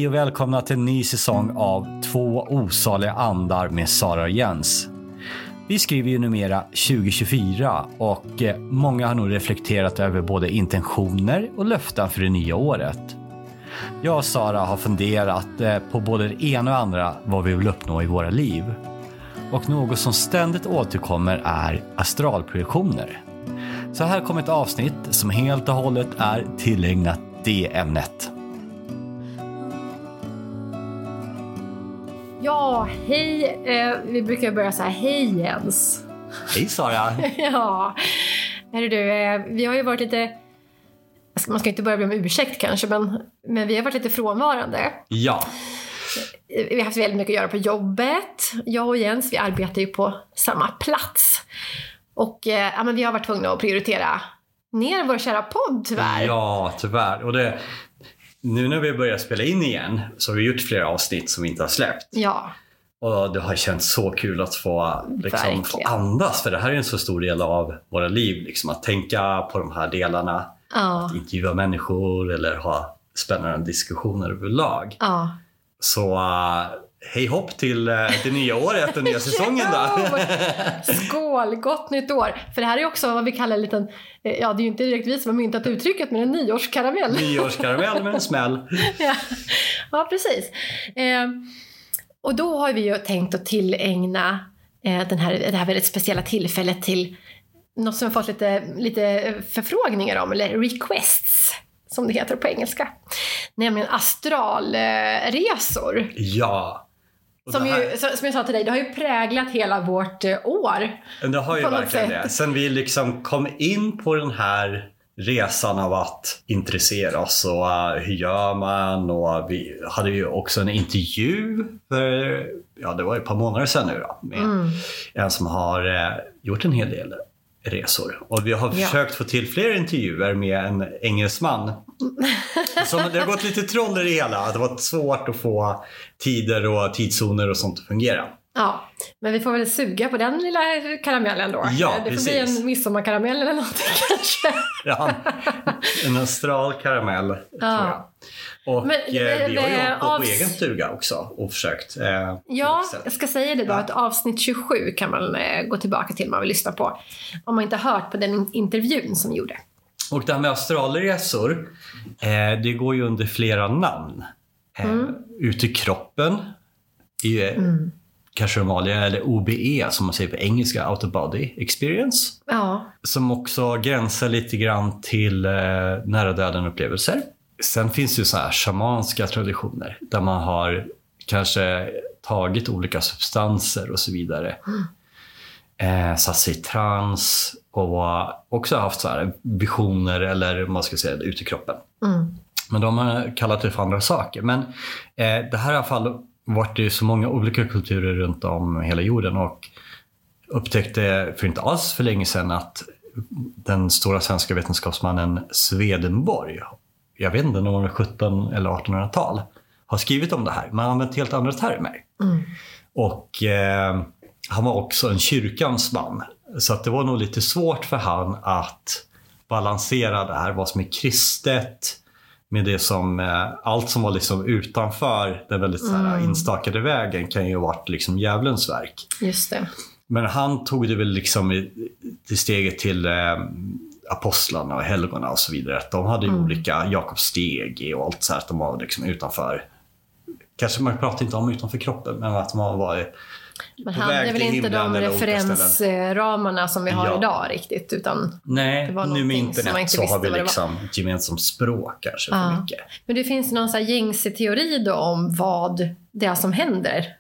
Hej och välkomna till en ny säsong av Två osaliga andar med Sara och Jens. Vi skriver ju numera 2024 och många har nog reflekterat över både intentioner och löften för det nya året. Jag och Sara har funderat på både det ena och andra vad vi vill uppnå i våra liv. Och något som ständigt återkommer är astralprojektioner. Så här kommer ett avsnitt som helt och hållet är tillägnat det ämnet. Ja, hej. Vi brukar börja så här, hej Jens. Hej Sara. Ja, hörru du, vi har ju varit lite, man ska inte börja be om ursäkt kanske, men vi har varit lite frånvarande. Ja. Vi har haft väldigt mycket att göra på jobbet. Jag och Jens, vi arbetar ju på samma plats. Och men vi har varit tvungna att prioritera ner vår kära podd tyvärr. Ja, tyvärr. Och nu när vi börjar spela in igen så har vi gjort flera avsnitt som vi inte har släppt. Ja. Och det har känts så kul att få andas. För det här är en så stor del av våra liv. Liksom, att tänka på de här delarna. Ja. Att intervjua människor eller ha spännande diskussioner överlag. Ja. Så hej hopp till det nya året, den nya säsongen där. Skål, gott nytt år. För det här är också vad vi kallar en liten, ja det är ju inte direkt vi som har myntat uttrycket, men en nyårskaramell. Nyårskaramell med en smäll. Ja, precis. Och då har vi ju tänkt att tillägna det här väldigt speciella tillfället till något som vi har fått lite förfrågningar om, eller requests som det heter på engelska. Nämligen astralresor. Ja. Som jag sa till dig, det har ju präglat hela vårt år. Det har ju verkligen det. Sen vi liksom kom in på den här resan av att intressera oss och hur gör man, och vi hade ju också en intervju för, det var ju ett par månader sedan nu då, med en som har gjort en hel del resor. Och vi har försökt få till fler intervjuer med en engelsman. Så det har gått lite troll i det hela. Det har varit svårt att få tider och tidszoner och sånt att fungera. Ja, men vi får väl suga på den lilla karamellen då. Ja, det får bli en midsommarkaramell eller något kanske. Ja, en astral karamell tror jag. Och men, vi har ju hållit på egen stuga också och försökt. Jag ska säga det då, att avsnitt 27 kan man gå tillbaka till om man vill lyssna på. Om man inte har hört på den intervjun som vi gjorde. Och det här med astralresor, det går ju under flera namn. Ut i kroppen kanske de vanliga, eller OBE som man säger på engelska, out of body experience. Ja. Som också gränsar lite grann till nära döden upplevelser. Sen finns det ju så här shamanska traditioner där man har kanske tagit olika substanser och så vidare. Satt sig i trans och också haft så här visioner eller man ska säga ut i kroppen. Men de har kallat det för andra saker. Men det här i alla fall varit det så många olika kulturer runt om hela jorden, och upptäckte för inte alls för länge sedan att den stora svenska vetenskapsmannen Swedenborg, jag vet inte, någon 1700- eller 1800-tal, har skrivit om det här. Man har använt helt andra termer. Och han var också en kyrkans man. Så att det var nog lite svårt för han att balansera det här, vad som är kristet med det som, allt som var liksom utanför den väldigt så här instakade vägen kan ju ha varit liksom djävulens verk. Just det. Men han tog det väl liksom till steget till apostlarna och helgona och så vidare. Att de hade ju olika Jakobs steg och allt så här, att de var liksom utanför. Kanske man pratar inte om utanför kroppen, men att man var men han är väl inte de referensramarna som vi har idag riktigt, utan nej, det var nu med internet så har vi liksom ett gemensamt språk kanske för mycket. Men det finns någon så här gängse teori då om vad det är som händer?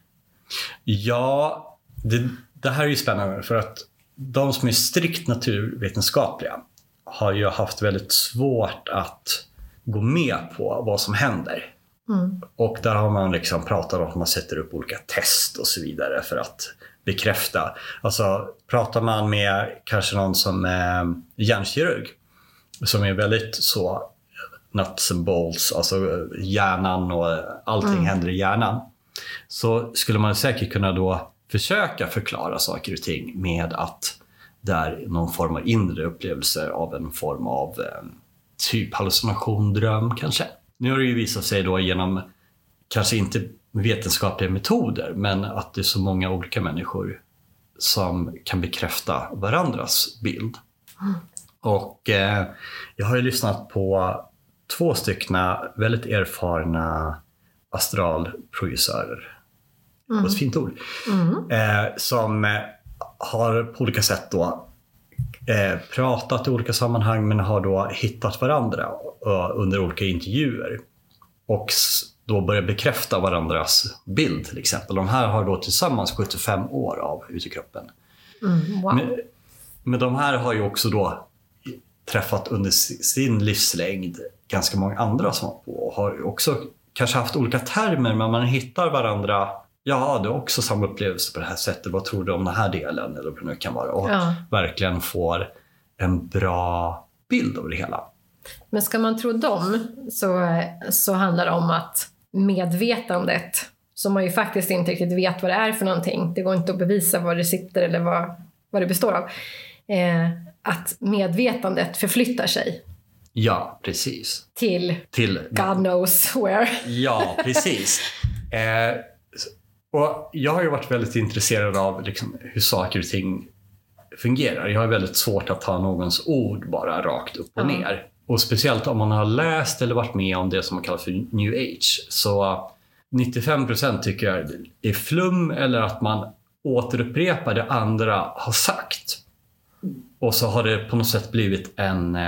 Ja, det här är ju spännande, för att de som är strikt naturvetenskapliga har ju haft väldigt svårt att gå med på vad som händer. Och där har man liksom pratat om att man sätter upp olika test och så vidare för att bekräfta. Alltså pratar man med kanske någon som är hjärnkirurg som är väldigt så nuts and bolts, alltså hjärnan och allting händer i hjärnan, så skulle man säkert kunna då försöka förklara saker och ting med att det är någon form av inre upplevelse av en form av typ hallucination, dröm kanske. Nu har det ju visat sig då genom kanske inte vetenskapliga metoder, men att det är så många olika människor som kan bekräfta varandras bild. Och jag har ju lyssnat på 2 väldigt erfarna astralprojicörer. Det var ett fint ord. Som har på olika sätt då pratat i olika sammanhang, men har då hittat varandra under olika intervjuer. Och då börjar bekräfta varandras bild till exempel. De här har då tillsammans 75 år av utekroppen. Wow. Men de här har ju också då träffat under sin livslängd ganska många andra som och har också kanske haft olika termer, men man hittar varandra. Ja, du har också samma upplevelse på det här sättet. Vad tror du om den här delen? Eller vad det nu kan vara. Och verkligen får en bra bild av det hela. Men ska man tro dem så handlar det om att medvetandet, som man ju faktiskt inte riktigt vet vad det är för någonting. Det går inte att bevisa var det sitter eller vad det består av. Att medvetandet förflyttar sig. Ja, precis. Till God knows where. Ja, precis. Och jag har ju varit väldigt intresserad av liksom hur saker och ting fungerar. Jag har väldigt svårt att ta någons ord bara rakt upp och ner. Och speciellt om man har läst eller varit med om det som man kallar för New Age. Så 95% tycker jag är flum, eller att man återupprepar det andra har sagt. Och så har det på något sätt blivit en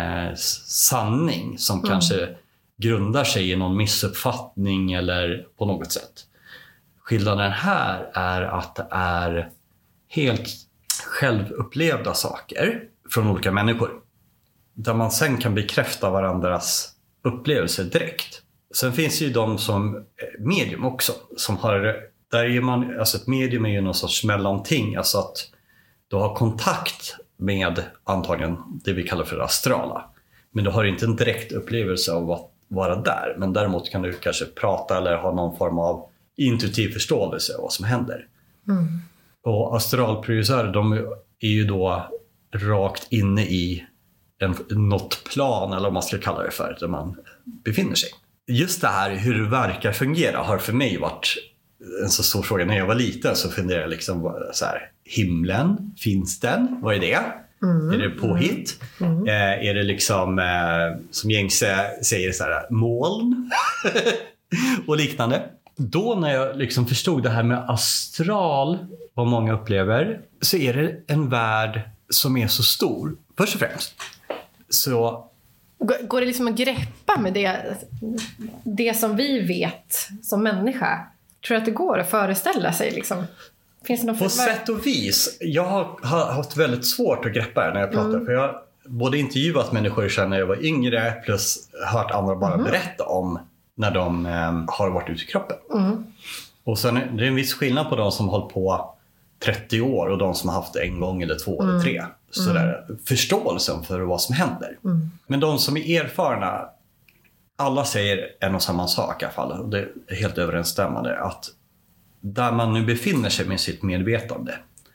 sanning som kanske grundar sig i någon missuppfattning eller på något sätt. Skillnaden här är att det är helt självupplevda saker från olika människor. Där man sen kan bekräfta varandras upplevelser direkt. Sen finns ju de som medium också. Som har, där är man, alltså ett medium är ju någon sorts mellanting. Alltså att du har kontakt med antagligen det vi kallar för astrala. Men du har inte en direkt upplevelse av att vara där. Men däremot kan du kanske prata eller ha någon form av intuitiv förståelse av vad som händer. Och astralprojicörer, de är ju då rakt inne i något plan, eller vad man ska kalla det för, där man befinner sig. Just det här hur det verkar fungera har för mig varit en så stor fråga. När jag var liten så funderade jag liksom så här: himlen, finns den? Vad är det? Är det påhitt? Är det liksom som gängse säger så här, moln? Och liknande. Då när jag liksom förstod det här med astral, vad många upplever, så är det en värld som är så stor. Först och främst så går det liksom att greppa med det som vi vet som människa? Tror du att det går att föreställa sig liksom? Finns det någon på sätt och vis. Jag har haft väldigt svårt att greppa det när jag pratar. För jag har både intervjuat människor när jag var yngre, plus hört andra bara berätta om när de har varit ute i kroppen. Och sen är det en viss skillnad på de som har hållit på 30 år och de som har haft en gång eller 2 eller 3. Så där, förståelsen för vad som händer. Men de som är erfarna, alla säger en och samma sak i alla fall. Och det är helt överensstämmande att där man nu befinner sig med sitt medvetande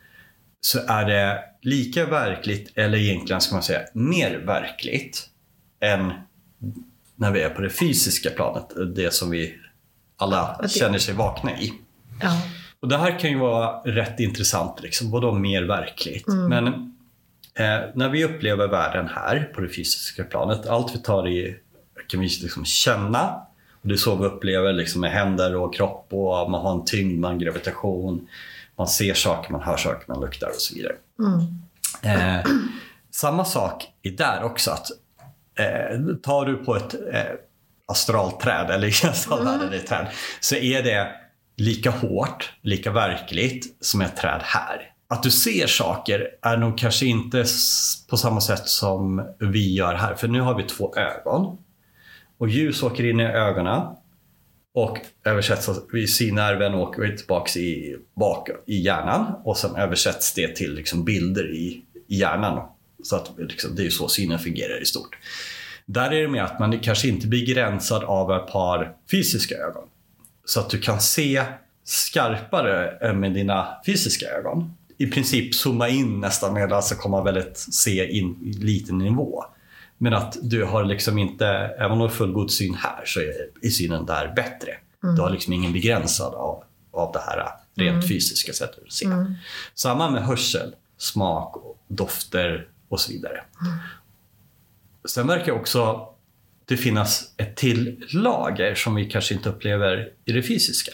så är det lika verkligt, eller egentligen ska man säga mer verkligt än när vi är på det fysiska planet, det som vi alla känner sig vakna i. Ja. Och det här kan ju vara rätt intressant, liksom, vadå mer verkligt. Men när vi upplever världen här på det fysiska planet, allt vi tar i kan vi liksom känna. Och det är så vi upplever liksom, med händer och kropp, och man har en tyngd, man har gravitation, man ser saker, man hör saker, man luktar och så vidare. Samma sak är där också, att tar du på ett astralträd eller ett träd, så är det lika hårt, lika verkligt som ett träd här. Att du ser saker är nog kanske inte på samma sätt som vi gör här. För nu har vi 2 ögon. Och ljus åker in i ögonen och översätts vid synnerven och åker tillbaka i hjärnan. Och sen översätts det till liksom bilder i hjärnan. Så att liksom, det är så synen fungerar i stort. Där är det med att man kanske inte blir begränsad av ett par fysiska ögon. Så att du kan se skarpare med dina fysiska ögon. I princip zooma in nästan, med alltså komma väldigt se in i liten nivå. Men att du har liksom inte, även om du har fullgod syn här, så är synen där bättre. Du har liksom ingen begränsad av det här rent fysiska sättet att se. Samma med hörsel, smak, dofter och så vidare. Sen verkar också det finnas ett till lager som vi kanske inte upplever i det fysiska.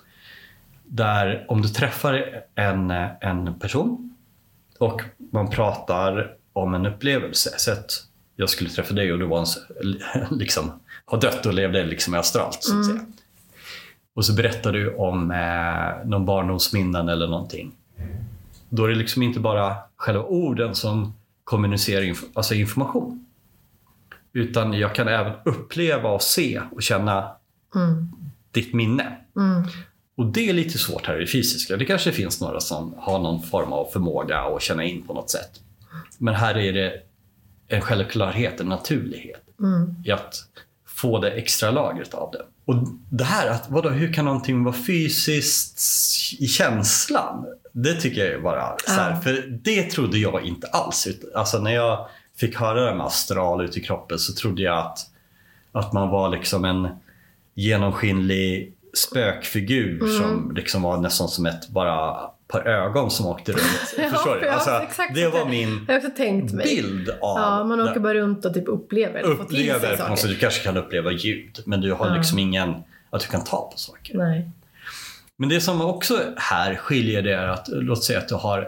Där om du träffar en person och man pratar om en upplevelse. Så att jag skulle träffa dig och du var liksom, har dött och levde liksom astralt så att säga. Och så berättar du om någon barndomsminnen eller någonting. Då är det liksom inte bara själva orden som kommunicerar alltså information. Utan jag kan även uppleva och se och känna ditt minne. Och det är lite svårt här i det fysiska. Det kanske finns några som har någon form av förmåga att känna in på något sätt. Men här är det en självklarhet, en naturlighet i att få det extra lagret av det. Och det här, hur kan någonting vara fysiskt i känslan? Det tycker jag är bara så här, för det trodde jag inte alls. Alltså när jag fick höra det med astral ut i kroppen så trodde jag att man var liksom en genomskinlig spökfigur som liksom var nästan som ett par ögon som åkte runt. Förstår du? Alltså, det var min bild av... Ja, man åker bara runt och typ upplever på något sätt. Du kanske kan uppleva ljud, men du har liksom ingen... Att du kan ta på saker. Nej. Men det som också här skiljer det är att, låt säga att du har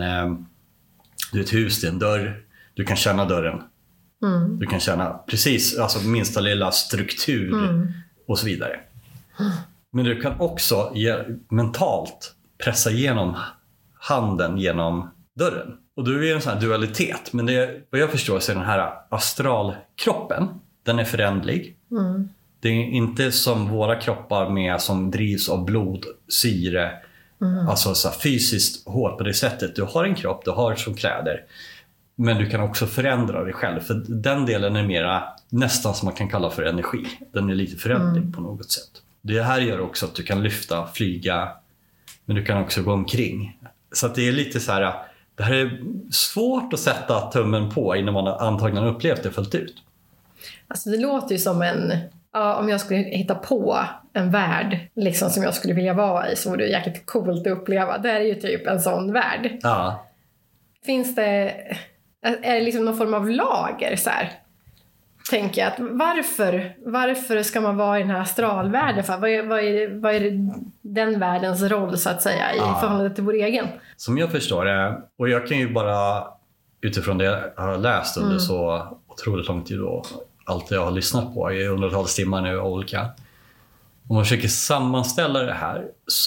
ett hus, det är en dörr. Du kan känna dörren. Du kan känna precis, alltså minsta lilla struktur och så vidare. Men du kan också mentalt pressa igenom handen genom dörren. Och då är det en sån här dualitet. Men vad jag förstår så är den här astralkroppen, den är förändlig. Det är inte som våra kroppar som drivs av blod, syre. Alltså så här fysiskt hårt på det sättet. Du har en kropp, du har som kläder. Men du kan också förändra dig själv. För den delen är mera nästan som man kan kalla för energi. Den är lite förändlig på något sätt. Det här gör också att du kan lyfta, flyga. Men du kan också gå omkring. Så att det är lite så här. Det här är svårt att sätta tummen på innan man antagligen upplevt det fullt ut. Alltså det låter ju som om jag skulle hitta på en värld liksom som jag skulle vilja vara i, så vore det jäkligt coolt att uppleva. Det är ju typ en sån värld. Ja. Finns det... Är det liksom någon form av lager så här? Tänker jag att varför ska man vara i den här astralvärlden? För vad är den världens roll så att säga i förhållande till vår egen? Som jag förstår det, och jag kan ju bara utifrån det jag har läst under så otroligt lång tid och allt jag har lyssnat på i hundratals timmar nu olika. Om man försöker sammanställa det här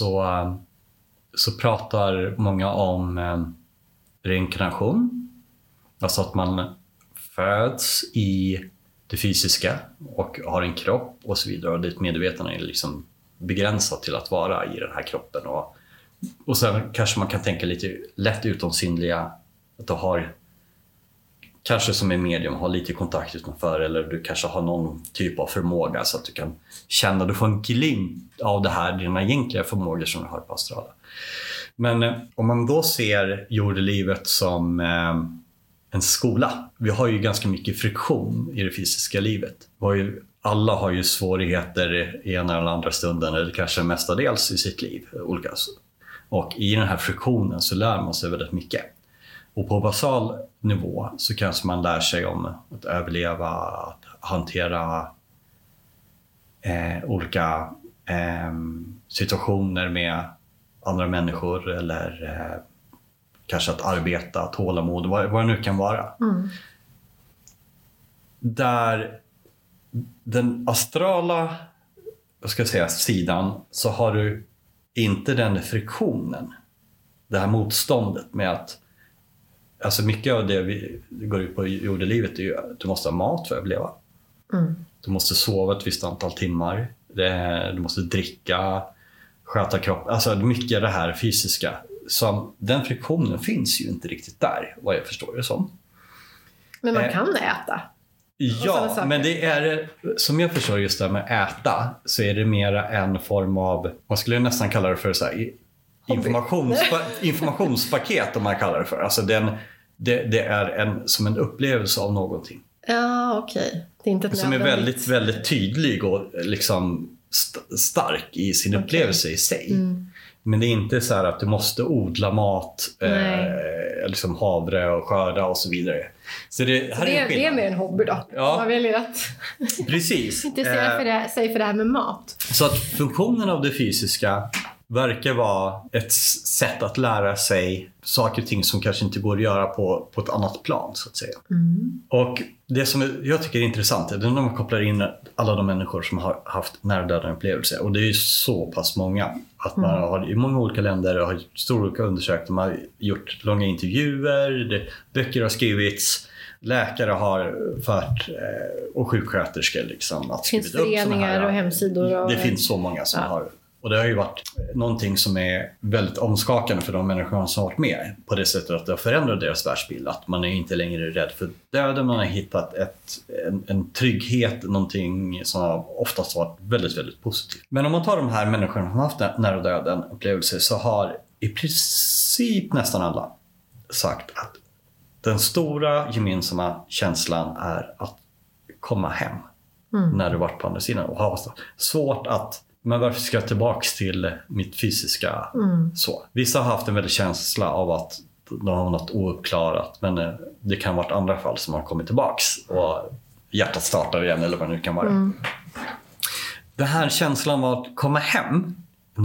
så pratar många om reinkarnation. Alltså att man föds i det fysiska och har en kropp och så vidare. Och ditt medvetande är liksom begränsat till att vara i den här kroppen. Och sen kanske man kan tänka lite lätt utomsinnliga. Att du har, kanske som är medium, har lite kontakt utanför. Eller du kanske har någon typ av förmåga så att du kan känna, du får en glimt av det här, dina egentliga förmågor som du har på astrala. Men om man då ser jordelivet som... en skola. Vi har ju ganska mycket friktion i det fysiska livet. Alla har ju svårigheter i ena eller andra stunden, eller kanske mestadels i sitt liv. Och i den här friktionen så lär man sig väldigt mycket. Och på basal nivå så kanske man lär sig om att överleva, att hantera olika situationer med andra människor eller kanske att arbeta, tålamod, vad det nu kan vara. Där den astrala, sidan, så har du inte den friktionen. Det här motståndet med att, alltså mycket av det går ut på jordelivet är ju att du måste ha mat för att överleva. Du måste sova ett visst antal timmar. Du måste dricka, sköta kropp. Alltså mycket av det här fysiska. Så den friktionen finns ju inte riktigt där, vad jag förstår det som. Men man kan äta. Ja, men det är, som jag förstår just det med äta, så är det mera en form av, man skulle nästan kalla det för så här, informationspaket om man kallar det för. Alltså det är som en upplevelse av någonting. Ja, okej. Det är inte ett som är väldigt, väldigt tydlig och liksom stark i sin upplevelse i sig. Men det är inte så här att du måste odla mat, liksom havre och skörda och så vidare. Så det är mer en hobby då. Ja. Man väljer att Precis. intressera sig för det här med mat. Så att funktionen av det fysiska verkar vara ett sätt att lära sig saker och ting som kanske inte går att göra på ett annat plan, så att säga. Och det som jag tycker är intressant är när man kopplar in alla de människor som har haft nära döden upplevelser. Och det är ju så pass många att man har i många olika länder har stora olika undersökningar, man har gjort långa intervjuer, böcker har skrivits, läkare har fört och sjuksköterskor liksom, att skrivit upp såna här. Det finns föreningar och hemsidor. Det finns så många som har. Och det har ju varit någonting som är väldigt omskakande för de människor som har varit med. På det sättet att det har förändrat deras världsbild. Att man är inte längre rädd för döden. Man har hittat en trygghet. Någonting som har oftast varit väldigt, väldigt positivt. Men om man tar de här människorna som har haft nära döden upplevelser, så har i princip nästan alla sagt att den stora gemensamma känslan är att komma hem. När du varit på andra sidan. Och har svårt att... Men varför ska jag tillbaka till mitt fysiska så? Vissa har haft en väldig känsla av att de har något ouppklarat. Men det kan ha varit andra fall som har kommit tillbaks. Och hjärtat startar igen eller vad det nu kan vara. Den här känslan av att komma hem.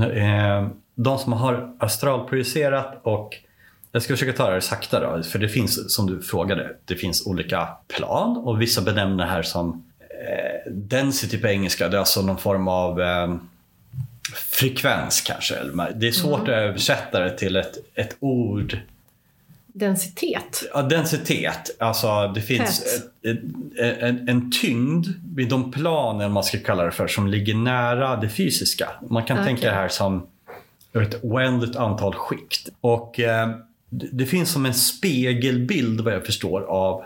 De som har astralprojicerat och... Jag ska försöka ta det sakta då. För det finns, som du frågade, det finns olika plan. Och vissa benämner det här som... density på engelska, det är alltså någon form av frekvens kanske. Det är svårt att översätta det till ett ord. Densitet? Ja, densitet. Alltså det finns en tyngd vid de planen man ska kalla det för, som ligger nära det fysiska. Man kan tänka det här som ett oändligt antal skikt. Och det finns som en spegelbild, vad jag förstår, av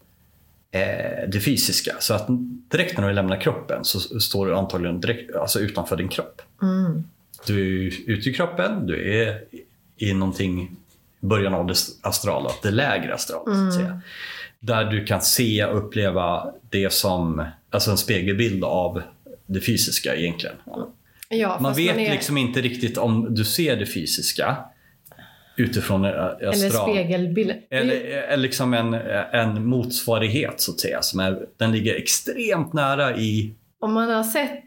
det fysiska. Så att direkt när du lämnar kroppen så står du antagligen direkt, alltså utanför din kropp. Du är ute i kroppen, du är i någonting i början av det astrala, det lägre astrala så att säga. Där du kan se och uppleva det som alltså en spegelbild av det fysiska egentligen. Ja, man vet liksom inte riktigt om du ser det fysiska utifrån astral. Eller spegelbild. Eller liksom en motsvarighet så att säga. Den ligger extremt nära i... Om man har sett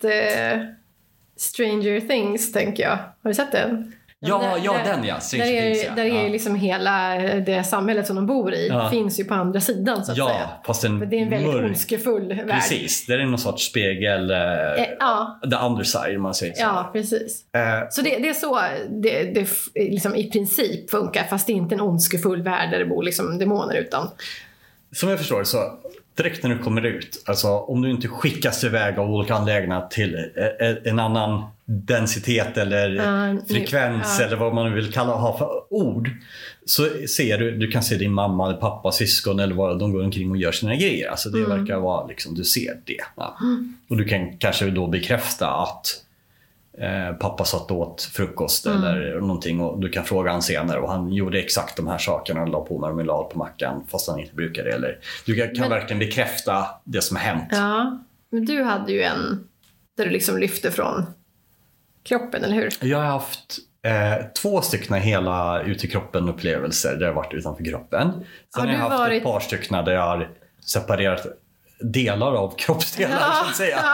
Stranger Things, tänker jag. Har du sett den? Ja, den ja. Där är liksom hela det samhället som de bor i finns ju på andra sidan så att säga. Fast det är en väldigt ondskefull värld. Precis, det är någon sorts spegel. The underside, man säger så. Ja, precis. Så det är så det liksom i princip funkar, fast det är inte en ondskefull värld där det bor liksom demoner utan... Som jag förstår så, direkt när du kommer ut, alltså om du inte skickas iväg av olika anläggningar till en annan densitet eller frekvens eller vad man vill kalla ha för ord, så ser du kan se din mamma, pappa, syskon eller vad de går omkring och gör sina grejer. Alltså det verkar vara liksom, du ser det. Ja. Och du kan kanske då bekräfta att pappa satt åt frukost eller någonting, och du kan fråga han senare och han gjorde exakt de här sakerna och la på marmelad på mackan fast han inte brukade, eller du kan verkligen bekräfta det som har hänt. Ja, men du hade ju en där du liksom lyfte från kroppen, eller hur? Jag har haft 2 stycken hela ut i kroppen upplevelser där jag varit utanför kroppen. Sen har jag haft ett par stycken där jag har separerat delar av kroppsdelar så att säga.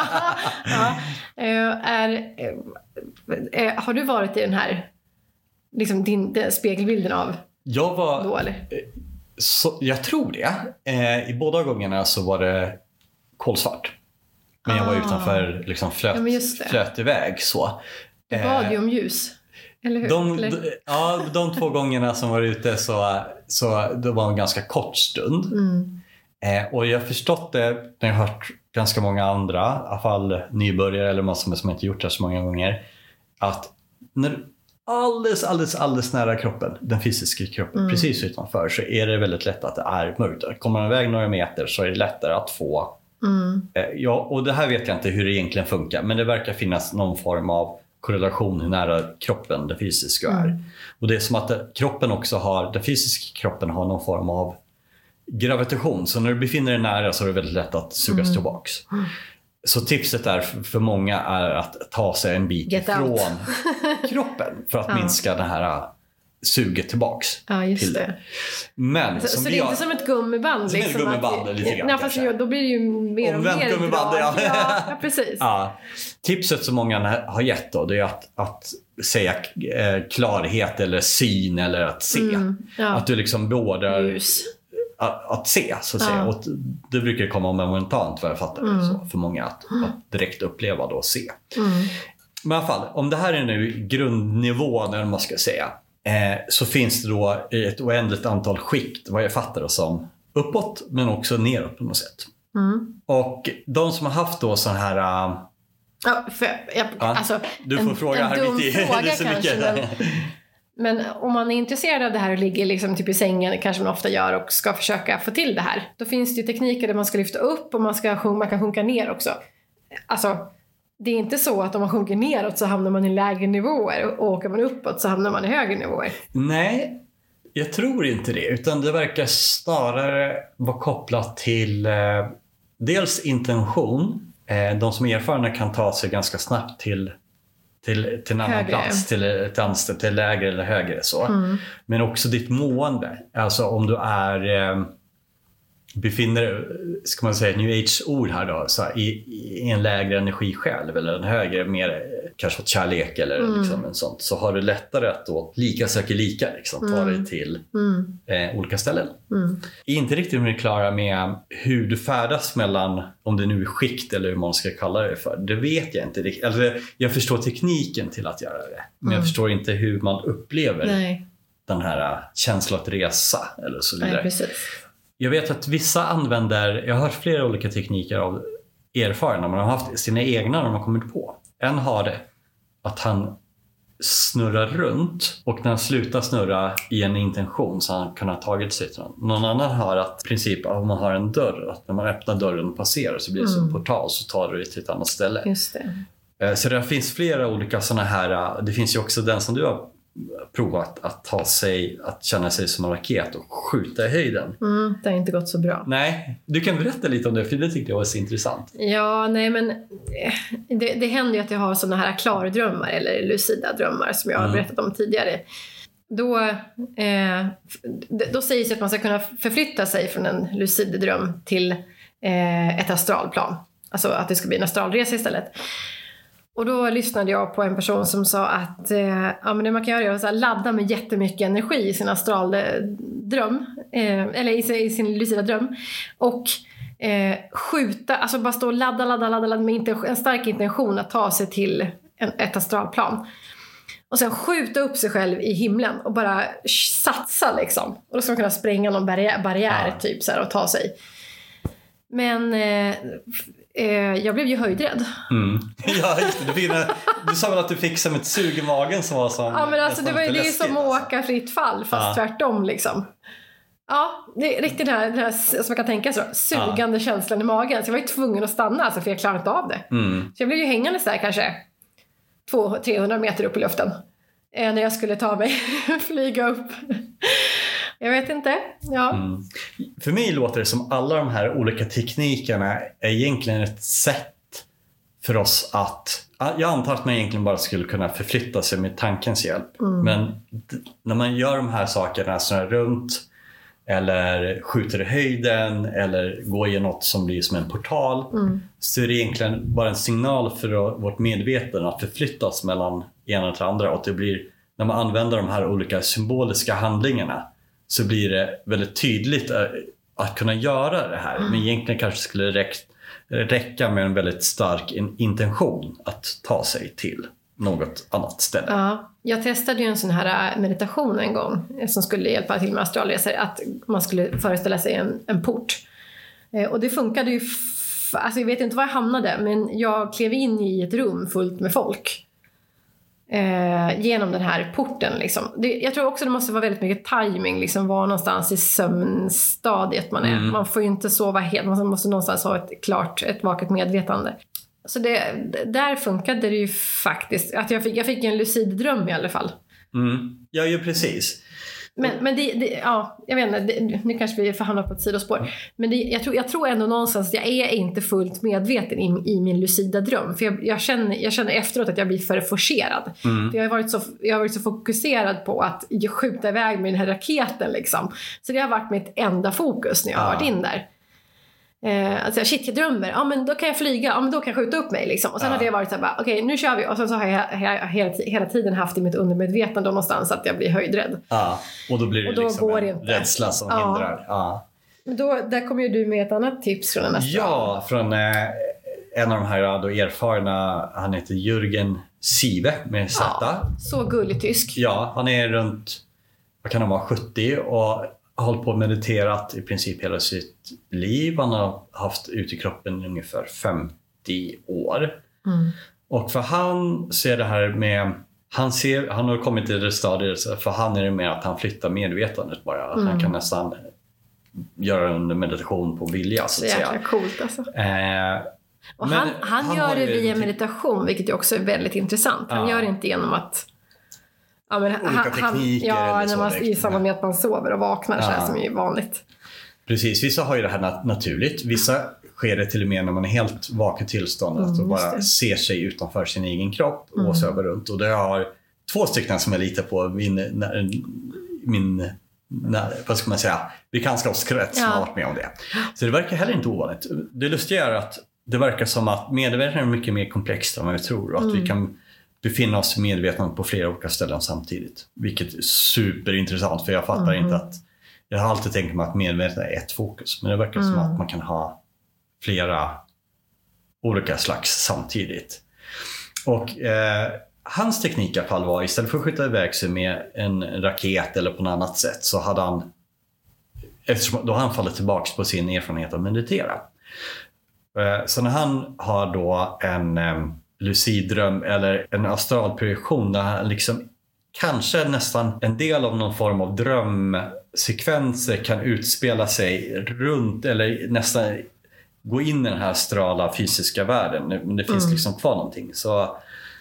Har du varit i den här liksom den spegelbilden av då, eller? Jag tror det. I båda gångerna så var det kolsvart. Men jag var utanför liksom flöt iväg så. Du bad ju om ljus. Eller hur? De 2 gångerna som var ute så det var en ganska kort stund. Och jag har förstått det när jag har hört ganska många andra, i alla fall nybörjare eller massor som inte gjort det så många gånger, att när du alldeles nära kroppen, den fysiska kroppen, precis utanför, så är det väldigt lätt att det är mörkt. Kommer man iväg några meter så är det lättare att få och det här vet jag inte hur det egentligen funkar, men det verkar finnas någon form av korrelation hur nära kroppen det fysiska är. Och det är som att den fysiska kroppen har någon form av gravitation, så när du befinner dig nära så är det väldigt lätt att sugas tillbaks. Så tipset är för många är att ta sig en bit ifrån kroppen för att minska det här suget tillbaks. Ja, just det. Men, så det är inte som ett gummiband? Som liksom, ett gummiband lite grann. Ja, fast då blir det ju mer och mer gummiband, ja, precis. Ja. Tipset som många har gett då, det är att säga klarhet eller syn eller att se. Att du liksom beordrar ljus. Att se, så att säga. Och det brukar komma momentant, vad jag fattar så, för många att direkt uppleva då och se. Men i alla fall, om det här är nu grundnivån, eller man ska säga, så finns det då ett oändligt antal skikt, vad jag fattar det som, uppåt men också neråt på något sätt. Och de som har haft då sån här... alltså, du får fråga här mitt i. Kanske, men om man är intresserad av det här och ligger liksom typ i sängen, kanske man ofta gör, och ska försöka få till det här, då finns det ju tekniker där man ska lyfta upp och man kan sjunka ner också. Alltså, det är inte så att om man sjunker neråt så hamnar man i lägre nivåer, och åker man uppåt så hamnar man i högre nivåer. Nej, jag tror inte det, utan det verkar snarare vara kopplat till dels intention. De som är erfarna kan ta sig ganska snabbt till en annan plats, till lägre eller högre så. Men också ditt mående. Alltså om du befinner, ska man säga, New Age-ord här då, så i en lägre energi själv, eller en högre, mer kanske åt kärlek eller liksom en sånt, så har du lättare att då lika söker lika liksom, ta dig till olika ställen. Inte riktigt med klara med hur du färdas mellan, om det nu är skikt eller hur man ska kalla det för, det vet jag inte riktigt. Alltså, jag förstår tekniken till att göra det, men jag förstår inte hur man upplever den här känslan att resa eller så vidare. Nej, precis. Jag vet att vissa använder, jag har hört flera olika tekniker av erfarna, man har haft sina egna när man kommit på. En har det att han snurrar runt, och när han slutar snurra i en intention så han kan ha tagit sig till någon annan har att princip om man har en dörr, att när man öppnar dörren och passerar så blir det som en portal, så tar du det till ett annat ställe. Just det. Så det finns flera olika sådana här, det finns ju också den som du har provat, att känna sig som en raket och skjuta i höjden. Det har inte gått så bra. Nej, du kan berätta lite om det, för det tyckte jag var så intressant. Ja, nej men det händer ju att jag har sådana här klardrömmar eller lucida drömmar som jag har berättat om tidigare. Då sägs det att man ska kunna förflytta sig från en lucid dröm till ett astralplan. Alltså att det ska bli en astralresa istället. Och då lyssnade jag på en person som sa att men det man kan göra är att ladda med jättemycket energi i sin astraldröm, eller i sin lucida dröm, och skjuta, alltså bara stå och ladda med en stark intention att ta sig till ett astralplan. Och sen skjuta upp sig själv i himlen och bara satsa liksom. Och då ska man kunna spränga någon barriär typ så här, och ta sig. Men jag blev ju höjdrädd. Ja, just det. Du sa väl att du fick som ett sug i magen som var som... Ja, men alltså det är ju som att åka fritt fall, fast tvärtom liksom. Ja, det är riktigt den här som man kan tänka så, sugande känslan i magen. Så jag var ju tvungen att stanna, alltså, för jag klarade inte av det. Så jag blev ju hängande så här kanske 200-300 meter upp i luften när jag skulle ta mig flyga upp. Jag vet inte. Ja. För mig låter det som alla de här olika teknikerna är egentligen ett sätt för oss att... Jag antar att man egentligen bara skulle kunna förflytta sig med tankens hjälp. Men när man gör de här sakerna så här runt, eller skjuter i höjden, eller går i något som blir som en portal, så är det egentligen bara en signal för vårt medvetande att förflyttas mellan ena till andra. Och det blir, när man använder de här olika symboliska handlingarna, så blir det väldigt tydligt att kunna göra det här. Men egentligen kanske skulle räcka med en väldigt stark intention att ta sig till något annat ställe. Ja, jag testade ju en sån här meditation en gång som skulle hjälpa till med astralresor, att man skulle föreställa sig en port. Och det funkade ju, alltså jag vet inte var jag hamnade, men jag klev in i ett rum fullt med folk. Genom den här porten liksom. Jag tror också det måste vara väldigt mycket timing liksom, var någonstans i sömnstadiet man är. Man får ju inte sova helt, man måste någonstans ha ett vaket medvetande. Så där funkade det ju faktiskt att jag fick en lucid dröm i alla fall. Ja, ju precis. Men jag vet inte, nu kanske vi får hamna på ett sidospår. Men jag tror ändå någonstans att jag är inte fullt medveten i min lucida dröm. För jag känner efteråt att jag blir för forcerad. För jag har varit så fokuserad på att skjuta iväg med den här raketen liksom. Så det har varit mitt enda fokus när jag har varit in där. Alltså shit, jag drömmer. Ja, men då kan jag flyga. Ja, men då kan jag skjuta upp mig liksom. Och sen hade jag varit så här, okej, nu kör vi. Och sen så har jag hela tiden haft i mitt undermedvetande någonstans att jag blir höjdrädd. Ja, och då blir det liksom går en rädsla som hindrar. Ja. Men där kommer ju du med ett annat tips från en astral. Ja, från en av de här då erfarna, han heter Jürgen Sive med Z. Ja, så gullig tysk. Ja, han är runt, vad kan han vara, 70 och har hållit på och mediterat i princip hela sitt liv. Han har haft ut i kroppen ungefär 50 år. Och för han ser det här med, han har kommit till det stadiet, för han är det med att han flyttar medvetandet bara. Att han kan nästan göra en meditation på vilja, så att säga. Det är coolt alltså. Och men han gör det via meditation, vilket också är väldigt intressant. Han gör det inte genom att olika tekniker eller så, i samband med att man sover och vaknar så här, som är ju vanligt. Precis, vissa har ju det här naturligt. Vissa sker det till och med när man är helt vaken tillstånd och bara ser sig utanför sin egen kropp och söver runt. Och det har 2 stycken som jag litar på min vad ska man säga, bekantskapskrets som har varit med om det. Så det verkar heller inte ovanligt. Det lustiga är att det verkar som att medvetandet är mycket mer komplext än vad vi tror, och att vi kan befinna oss medvetna på flera olika ställen samtidigt. Vilket är superintressant, för jag fattar inte att, jag har alltid tänkt mig att medvetandet är ett fokus, men det verkar som att man kan ha flera olika slags samtidigt. Och hans teknik i alla fall var, istället för att skjuta iväg sig med en raket eller på något annat sätt, så hade han, eftersom då han fallit tillbaka på sin erfarenhet att meditera. Så när han har då en luciddröm eller en astralprojektion där han liksom kanske nästan en del av någon form av drömsekvenser kan utspela sig runt eller nästan gå in i den här astrala fysiska världen, men det finns liksom kvar någonting, så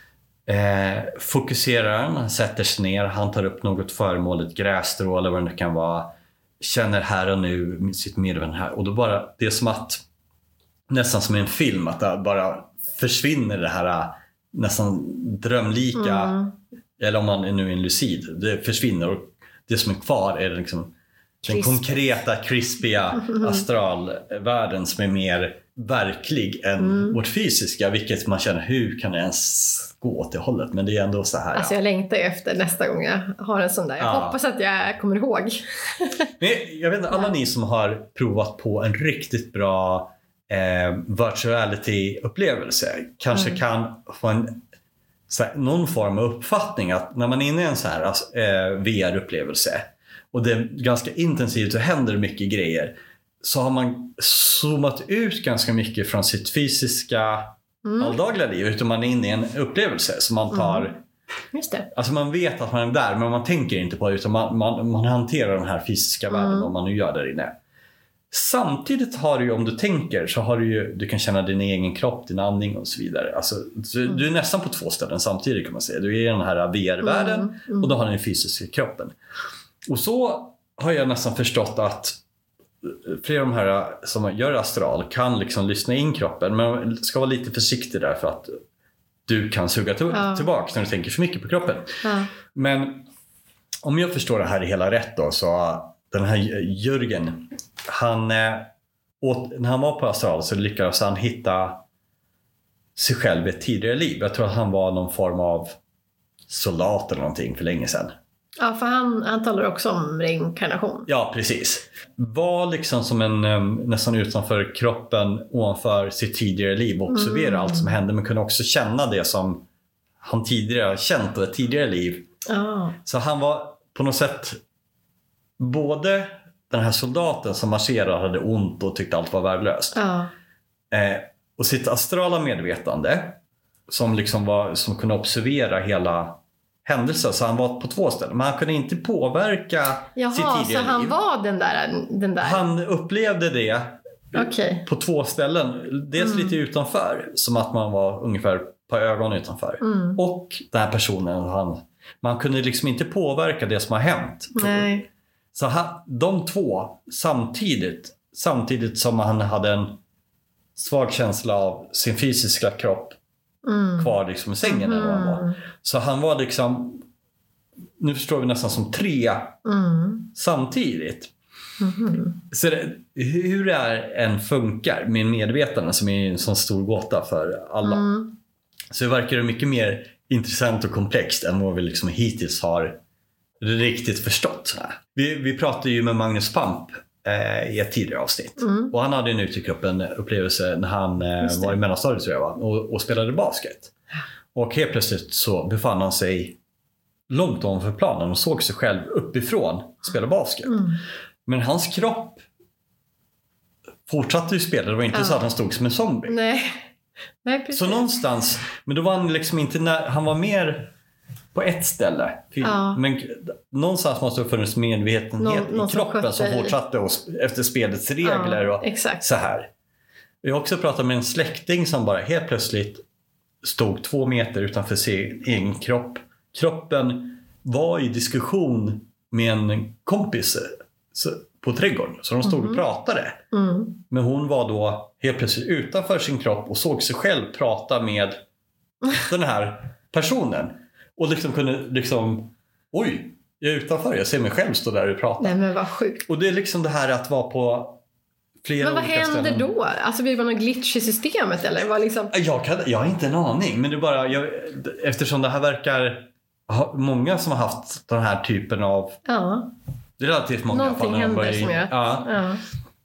fokuserar han sätter sig ner, han tar upp något föremål, ett grässtrå eller vad det kan vara, känner här och nu sitt medvetande här, och då bara, det är som att nästan som en film, att det bara försvinner det här nästan drömlika, eller om man är nu en lucid, det försvinner, och det som är kvar är liksom den konkreta, krispiga astralvärlden som är mer verklig än vårt fysiska, vilket man känner, hur kan det ens gå åt det hållet, men det är ändå så här. Alltså jag längtar efter nästa gång jag har en sån där. Jag hoppas att jag kommer ihåg. Men jag vet inte, alla ni som har provat på en riktigt bra virtuality-upplevelse kanske kan få någon form av uppfattning att när man är inne i en så här VR-upplevelse och det är ganska intensivt och händer mycket grejer, så har man zoomat ut ganska mycket från sitt fysiska alldagliga liv, utan man är inne i en upplevelse som man tar. Just det. Alltså man vet att man är där, men man tänker inte på det, utan man hanterar den här fysiska världen om man nu gör där inne. Samtidigt har du ju, om du tänker, så har du kan känna din egen kropp, din andning och så vidare. Alltså, du är nästan på 2 ställen samtidigt, kan man säga. Du är i den här VR-världen och då har du den fysiska kroppen. Och så har jag nästan förstått att flera av de här som gör astral kan liksom lyssna in kroppen, men man ska vara lite försiktig där, för att du kan suga tillbaka när du tänker för mycket på kroppen. Men om jag förstår det här hela rätt då, så den här Jürgen, när han var på astral så lyckades han hitta sig själv i ett tidigare liv. Jag tror att han var någon form av soldat eller någonting för länge sedan. Ja, för han talar också om reinkarnation. Ja, precis. Var liksom som en nästan utanför kroppen, ovanför sitt tidigare liv, och observera allt som hände, men kunde också känna det som han tidigare har känt i ett tidigare liv. Så han var på något sätt både den här soldaten som marscherade, hade ont och tyckte allt var värdelöst. Och sitt astrala medvetande som liksom som kunde observera hela händelser. Så han var på 2 ställen, men han kunde inte påverka sitt tidigare liv. Så han var den där. Han upplevde det på 2 ställen. Dels lite utanför, som att man var ungefär på ögon utanför. Och den här personen, Man kunde liksom inte påverka det som har hänt. Nej. Så de två samtidigt som han hade en svag känsla av sin fysiska kropp kvar liksom i sängen eller vad han var. Så han var liksom, nu förstår vi nästan som 3 samtidigt. Så hur det än funkar med medvetande som är en sån stor gåta för alla, så verkar det mycket mer intressant och komplext än vad vi liksom hittills har riktigt förstått. Vi pratade ju med Magnus Pamp i ett tidigare avsnitt. Och han hade nu tyckt upp en upplevelse när han var i mellanstadiet, tror jag, och spelade basket. Och helt plötsligt så befann han sig långt ovanför planen och såg sig själv uppifrån spela basket. Men hans kropp fortsatte ju spela. Det var inte så att han stod som en zombie. Nej, precis. Så någonstans, men då var han liksom inte han var mer på ett ställe. Men någonstans måste det funnits medvetenhet i kroppen som fortsatte efter spelets regler och så här. Jag har också pratat med en släkting som bara helt plötsligt stod 2 meter utanför sin egen kropp. Kroppen var i diskussion med en kompis på trädgården, så de stod och pratade. Men hon var då helt plötsligt utanför sin kropp och såg sig själv prata med den här personen. Och liksom kunde oj, jag är utanför, jag ser mig själv stå där och prata. Nej, men vad sjukt. Och det är liksom det här att vara på flera olika ställen. Men vad händer då? Alltså blir det någon glitch i systemet eller? Var liksom... Jag har inte en aning, men det är bara eftersom det här verkar många som har haft den här typen av det är relativt många någonting fall händer som gör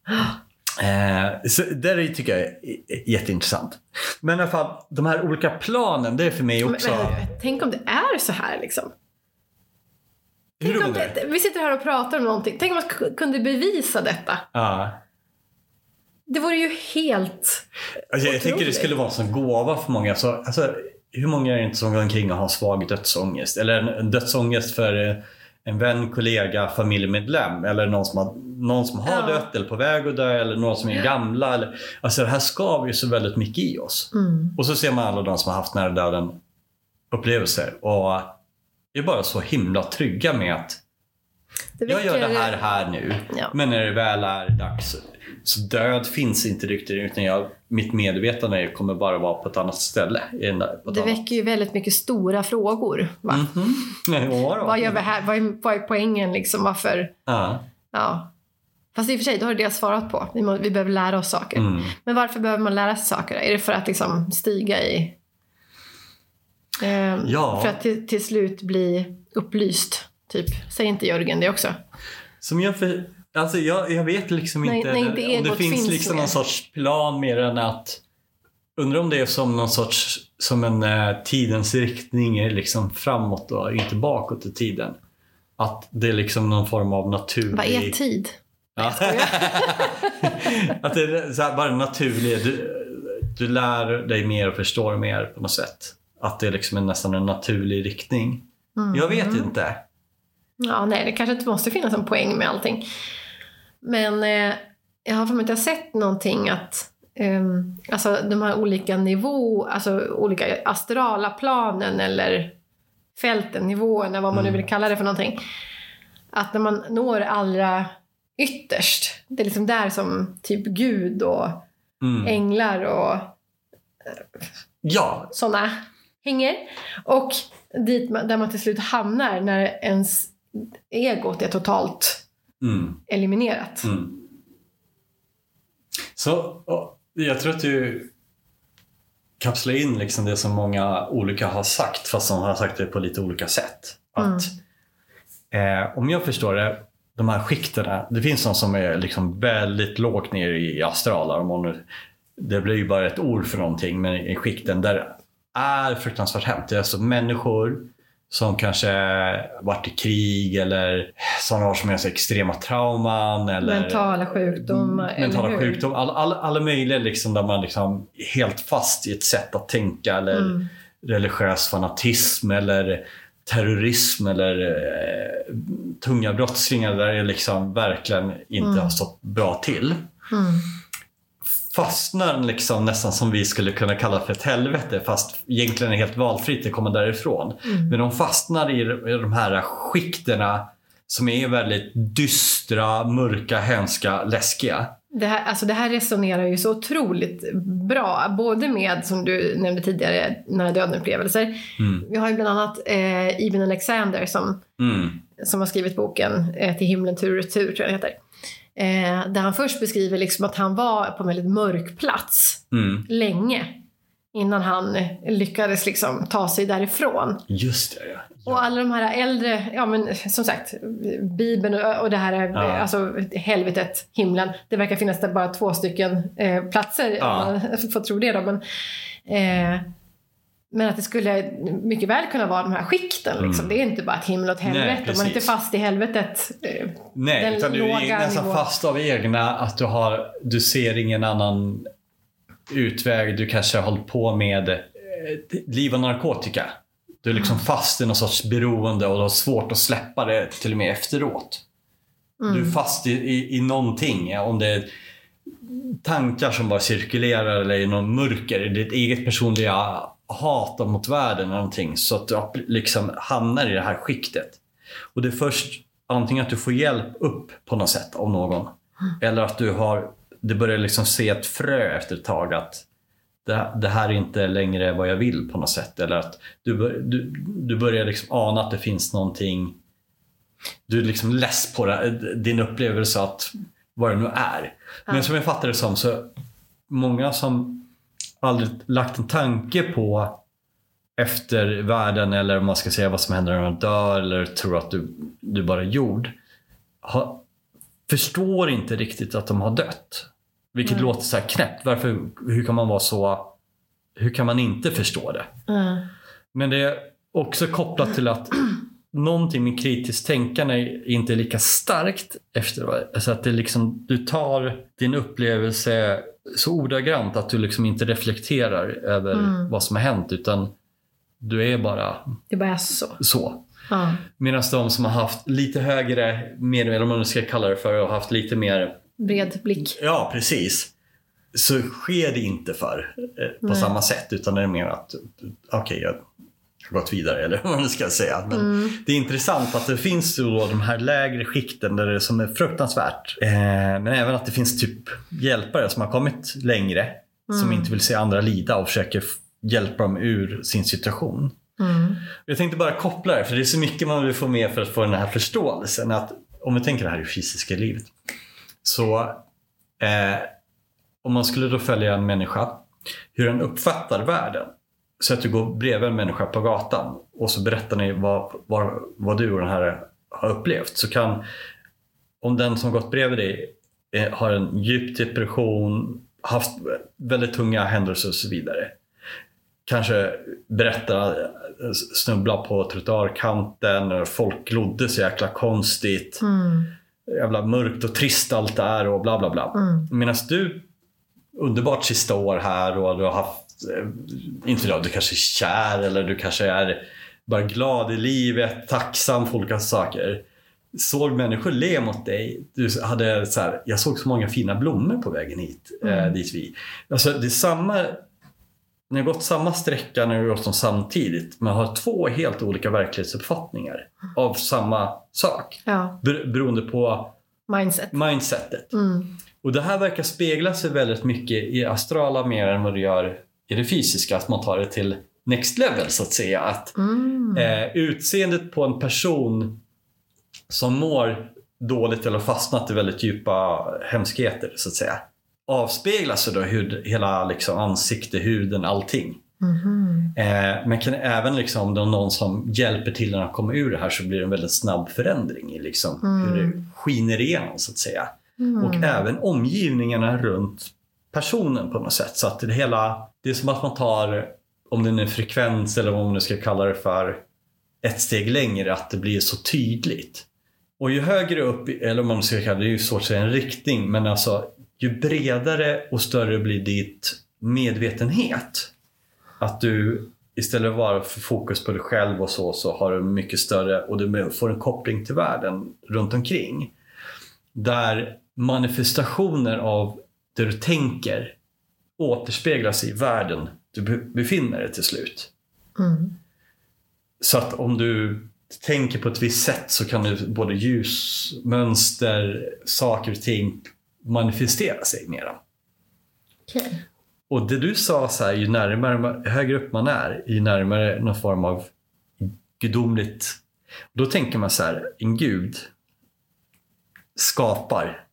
så det tycker jag är jätteintressant. Men i alla fall, de här olika planen, det är för mig också... Tänk om det är så här liksom. Hur om vi sitter här och pratar om någonting. Tänk om man kunde bevisa detta. Det vore ju helt jag tänker det skulle vara en sån gåva för många. Alltså, hur många är det inte som går omkring och har svag dödsångest? Eller en dödsångest för en vän, kollega, familjemedlem. Eller någon som har dött eller på väg att dö. Eller någon som är gamla. Eller, alltså det här skaver ju så väldigt mycket i oss. Och så ser man alla de som har haft nära döden upplevelser. Och är bara så himla trygga med att jag gör det här nu. Men när det väl är dags, så död finns inte riktigt, utan mitt medvetande kommer bara vara på ett annat ställe. Det väcker ju väldigt mycket stora frågor. Va? Vad gör vi här? Vad är poängen liksom? Varför? Fast i och för sig, då har det svarat på. Vi behöver lära oss saker. Men varför behöver man lära sig saker? Är det för att liksom stiga i... För att till slut bli upplyst? Typ. Säger inte Jörgen det också? Som jag vet liksom inte om det finns liksom någon sorts plan mer än att undrar om det är som någon sorts som en tidens riktning liksom framåt och inte bakåt i tiden. Att det är liksom någon form av naturlig... Vad är tid? Att det är så här, bara naturligt. Du lär dig mer och förstår mer på något sätt. Att det är liksom nästan en naturlig riktning. Jag vet inte. Det kanske inte måste finnas en poäng med allting. Men jag har inte sett någonting att alltså de här olika alltså olika astrala planen eller fälten, nivåerna, vad man nu vill kalla det för någonting. Att när man når allra ytterst, det är liksom där som typ Gud och änglar och sådana hänger. Och dit där man till slut hamnar när ens egot är totalt eliminerat. Så jag tror att du kapslar in liksom det som många olika har sagt, fast de har sagt det på lite olika sätt. Att om jag förstår det, de här skikterna, det finns någon som är liksom väldigt lågt ner i astralar. Det blir ju bara ett ord för någonting, men i skikten där är fruktansvärt hämt. Det är alltså människor som kanske varit i krig eller som har som är så extrema trauman eller mentala sjukdom, alla möjliga liksom, där man liksom är helt fast i ett sätt att tänka eller religiös fanatism eller terrorism eller tunga brottslingar där det liksom verkligen inte har stått bra till. fastnar liksom nästan som vi skulle kunna kalla för ett helvete, fast egentligen är helt valfritt att komma därifrån. Men de fastnar i de här skikterna som är väldigt dystra, mörka, hemska, läskiga. Det här resonerar ju så otroligt bra, både med, som du nämnde tidigare, nära döden-upplevelser. Vi har ju bland annat Ibn Alexander som har skrivit boken Till himlen tur och retur, tror jag det heter. Där han först beskriver liksom att han var på en väldigt mörk plats länge innan han lyckades liksom ta sig därifrån. Just det, ja. Och alla de här äldre, ja men som sagt, Bibeln och det här, alltså helvetet, himlen, det verkar finnas där bara 2 platser, man får tro det då, men att det skulle mycket väl kunna vara de här skikten liksom. Det är inte bara ett himmel och ett helvete. Nej, man är inte fast i helvetet. Nej, utan du är nästan fast av egna, att du ser ingen annan utväg. Du kanske har hållit på med liv och narkotika. Du är liksom fast i någon sorts beroende och du har svårt att släppa det till och med efteråt. Du är fast i någonting. Om det är tankar som bara cirkulerar eller i någon mörker, i ditt eget personliga hat mot världen eller någonting, så att du liksom hamnar i det här skiktet. Och det är först antingen att du får hjälp upp på något sätt av någon, eller att det börjar liksom se ett frö efter ett tag att det här är inte längre vad jag vill på något sätt, eller att du börjar liksom ana att det finns någonting, du är liksom less på din upplevelse att vad det nu är. Men som jag fattar det som, så många som aldrig lagt en tanke på efter världen, eller om man ska säga vad som händer när man dör, eller tror att du bara är jord, förstår inte riktigt att de har dött. Vilket låter så här knäppt. Hur kan man vara så, hur kan man inte förstå det? Men det är också kopplat till att någonting med kritiskt tänkande inte är lika starkt efter, alltså att det liksom, du tar din upplevelse så ordagrant att du liksom inte reflekterar över vad som har hänt, utan du är bara, det är bara så. Medan de som har haft lite högre, mer, eller vad man ska kalla det för, och haft lite mer bred blick. Ja, precis. Så sker det inte på samma sätt, utan det är mer att okej, jag har gått vidare, eller vad man ska säga. Men det är intressant att det finns då de här lägre skikten där det som är fruktansvärt. Men även att det finns typ hjälpare som har kommit längre, som inte vill se andra lida och försöker hjälpa dem ur sin situation. Jag tänkte bara koppla det, för det är så mycket man vill få med för att få den här förståelsen, att om vi tänker det här i fysiska livet, så om man skulle då följa en människa, hur den uppfattar världen, så att du går bredvid en människa på gatan och så berättar ni vad du och den här har upplevt, så kan, om den som gått bredvid dig har en djup depression, haft väldigt tunga händelser och så vidare, kanske berätta, snubbla på trottoarkanten och folk glodde så jäkla konstigt, jävla mörkt och trist allt det är och bla bla bla. Medan du underbart sista år här och du har haft, inte då, du kanske är kär, eller du kanske är bara glad i livet, tacksam för olika saker, såg människor le mot dig. Du hade så här, jag såg så många fina blommor på vägen hit, dit vi. Alltså det är samma, ni har gått samma sträcka när du har gått dem samtidigt, men har 2 helt olika verklighetsuppfattningar av samma sak. Beroende på mindsetet. Och det här verkar spegla sig väldigt mycket i astrala mer än vad det gör i det fysiska, att man tar det till next level så att säga. Att utseendet på en person som mår dåligt eller fastnat i väldigt djupa hemskheter så att säga, avspeglar sig då hur hela liksom ansikte, huden, allting. Men kan även liksom, om det är någon som hjälper till när de kommer ur det här, så blir det en väldigt snabb förändring i liksom hur det skiner igenom så att säga. Och även omgivningarna runt personen på något sätt, så att det är som att man tar, om det är en frekvens eller vad man nu ska kalla det för, ett steg längre, att det blir så tydligt. Och ju högre upp, eller om man ska kalla det, är ju svårt att säga en riktning, men alltså ju bredare och större blir ditt medvetenhet, att du istället för att vara för fokus på dig själv och så har du mycket större, och du får en koppling till världen runt omkring, där manifestationer av det du tänker återspeglas i världen du befinner dig till slut. Så att om du tänker på ett visst sätt så kan du både ljus, mönster, saker och ting manifestera sig mera. Okay. Och det du sa så här, ju närmare, högre upp man är, ju närmare någon form av gudomligt. Då tänker man så här, en gud skapar.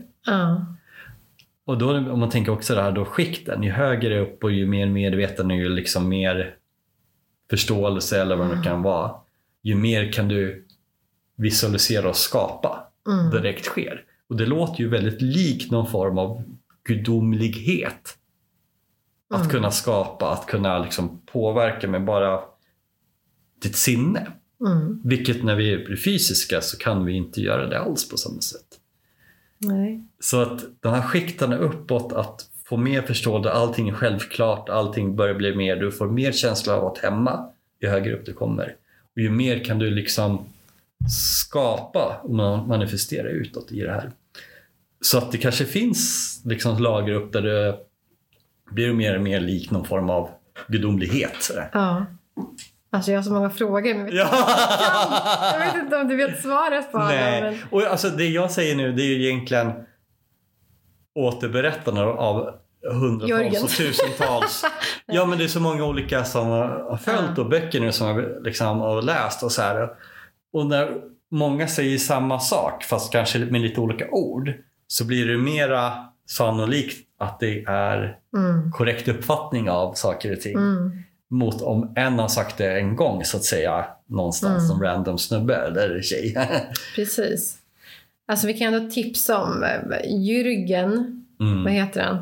Och då, om man tänker också det här då skikten, ju högre upp och ju mer medveten och ju liksom mer förståelse eller vad det kan vara, ju mer kan du visualisera och skapa direkt sker. Och det låter ju väldigt likt någon form av gudomlighet. Att kunna skapa, att kunna liksom påverka med bara ditt sinne. Vilket när vi är fysiska så kan vi inte göra det alls på samma sätt. Nej. Så att de här skiktarna uppåt, att få mer förståelse, allting är självklart, allting börjar bli mer, du får mer känsla av att hemma ju högre upp du kommer. Och ju mer kan du liksom skapa och manifestera utåt i det här. Så att det kanske finns liksom lager upp där det blir mer och mer lik någon form av gudomlighet. Ja. Alltså jag har så många frågor, men jag vet inte om du vet svaret på Nej. alla. Men... Och alltså det jag säger nu, det är ju egentligen återberättande av hundratals och tusentals. Ja, men det är så många olika som har följt och böcker nu som jag liksom har läst och så här. Och när många säger samma sak, fast kanske med lite olika ord, så blir det mera sannolikt att det är korrekt uppfattning av saker och ting. Mot om en har sagt det en gång så att säga någonstans som random snubbe eller tjej. Precis. Alltså vi kan ändå tipsa om Jürgen, vad heter han?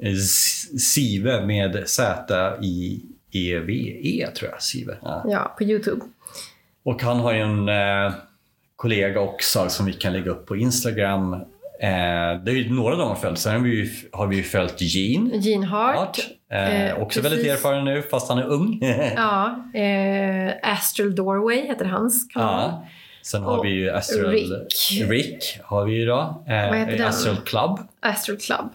Sive med Z-I-E-V-E tror jag, Sive. Ja, på YouTube. Och han har ju en kollega också som vi kan lägga upp på Instagram. Det är ju några av dem har följt. Sen har vi ju följt Gene Hart. Också väldigt erfaren nu fast han är ung. Ja, Astral Doorway heter hans kanal. Ja. Sen har vi ju Rick har vi ju då. Astral Club.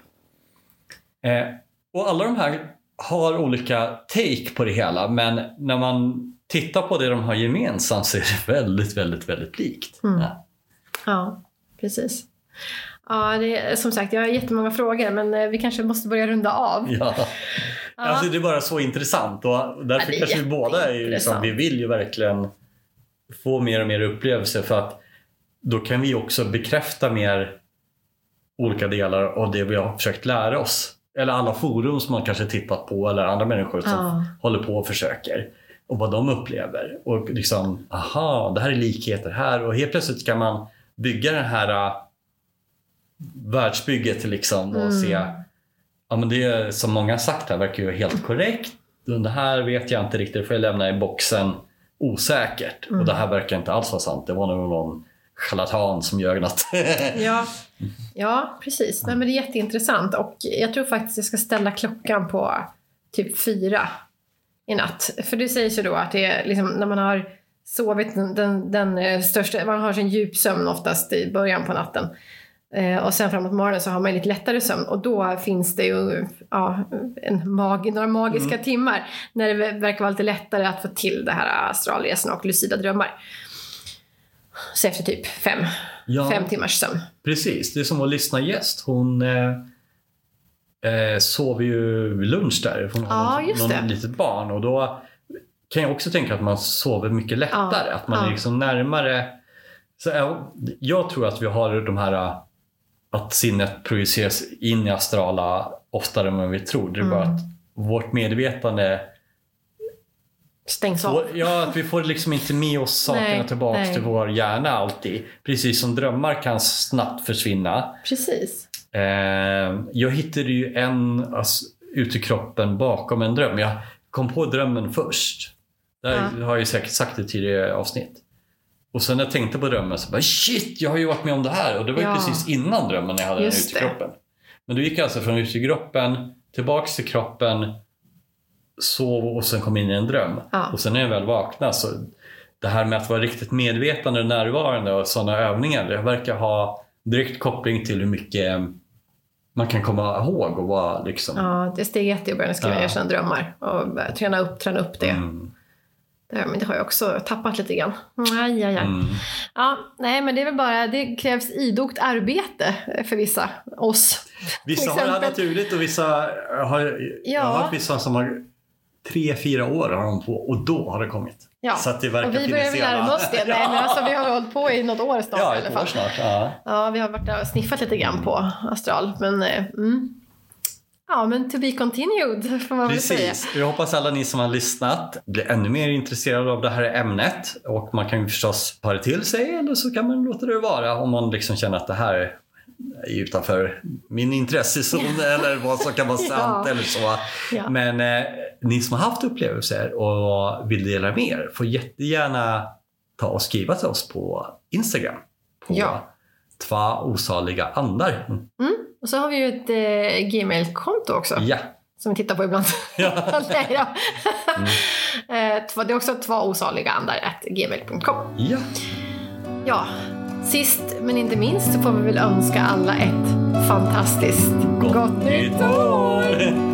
Och alla de här har olika take på det hela, men när man tittar på det de har gemensamt så är det väldigt, väldigt, väldigt likt. Ja, precis. Ja, det är, som sagt, jag har jättemånga frågor, men vi kanske måste börja runda av. Ja. Alltså det är bara så intressant och därför kanske vi båda är liksom, vi vill ju verkligen få mer och mer upplevelser, för att då kan vi också bekräfta mer olika delar av det vi har försökt lära oss. Eller alla forum som man kanske tittat på eller andra människor som håller på och försöker. Och vad de upplever. Och liksom, aha, det här är likheter här. Och helt plötsligt kan man bygga den här världsbygget liksom och se, ja men det som många har sagt här verkar ju helt korrekt. Det här vet jag inte riktigt, det får jag lämna i boxen osäkert. Och det här verkar inte alls vara sant. Det var nog någon charlatan som gör något. Ja, precis. Nej, men det är jätteintressant. Och jag tror faktiskt jag ska ställa klockan på typ 4 i natt. För det sägs ju då att det är liksom, när man har sovit den största, man har sin djupsömn oftast i början på natten. Och sen framåt morgonen så har man lite lättare sömn. Och då finns det ju några magiska timmar när det verkar vara lite lättare att få till det här astralresorna och lucida drömmar. Så efter typ 5 timmars sömn. Precis, det är som att lyssna gäst. Hon sover ju vid lunch där. Hon har någon litet barn. Och då kan jag också tänka att man sover mycket lättare. Att man är liksom närmare. Så jag tror att vi har de här, att sinnet projiceras in i astrala oftare än vad vi tror. Det är bara att vårt medvetande stängs av. Ja, att vi får liksom inte med oss sakerna tillbaka till vår hjärna alltid. Precis som drömmar kan snabbt försvinna. Precis. Jag hittade ju en ut i kroppen bakom en dröm. Jag kom på drömmen först. Det har jag ju säkert sagt i tidigare avsnitt. Och sen när jag tänkte på drömmen så bara shit, jag har ju varit med om det här. Och det var ju precis innan drömmen jag hade den ut i kroppen. Men då gick jag alltså från ut i kroppen tillbaks till kroppen, sov och sen kom in i en dröm. Och sen när jag väl vaknade så det här med att vara riktigt medvetande och närvarande och sådana övningar, det verkar ha direkt koppling till hur mycket man kan komma ihåg och vara liksom... Ja, det är steg 1 att börja skriva ner sina drömmar och träna upp det. Men det har jag också tappat lite grann. Ja, nej, men det är väl bara, det krävs idogt arbete för vissa, oss. Vissa har det naturligt och vissa har, jag har hört vissa som har 3-4 år har de på och då har det kommit. Ja, så att det verkar och vi börjar väl närma oss det. Nej, men alltså, vi har hållit på i något år snart i alla fall. Ja, ett år snart. Ja, vi har varit där och sniffat lite grann på astral, men... Ja, men to be continued får man väl säga. Precis. Jag hoppas alla ni som har lyssnat blir ännu mer intresserade av det här ämnet. Och man kan ju förstås ta det till sig eller så kan man låta det vara om man liksom känner att det här är utanför min intressezon eller vad som kan vara sant eller så. Ja. Men ni som har haft upplevelser och vill dela mer får jättegärna ta och skriva till oss på Instagram. På Två osaliga andar. Och så har vi ju ett Gmail-konto också. Ja. Som vi tittar på ibland. Ja. Det är också tvåosaligaandar@gmail.com. Ja. Ja, sist men inte minst så får vi väl önska alla ett fantastiskt gott nytt år!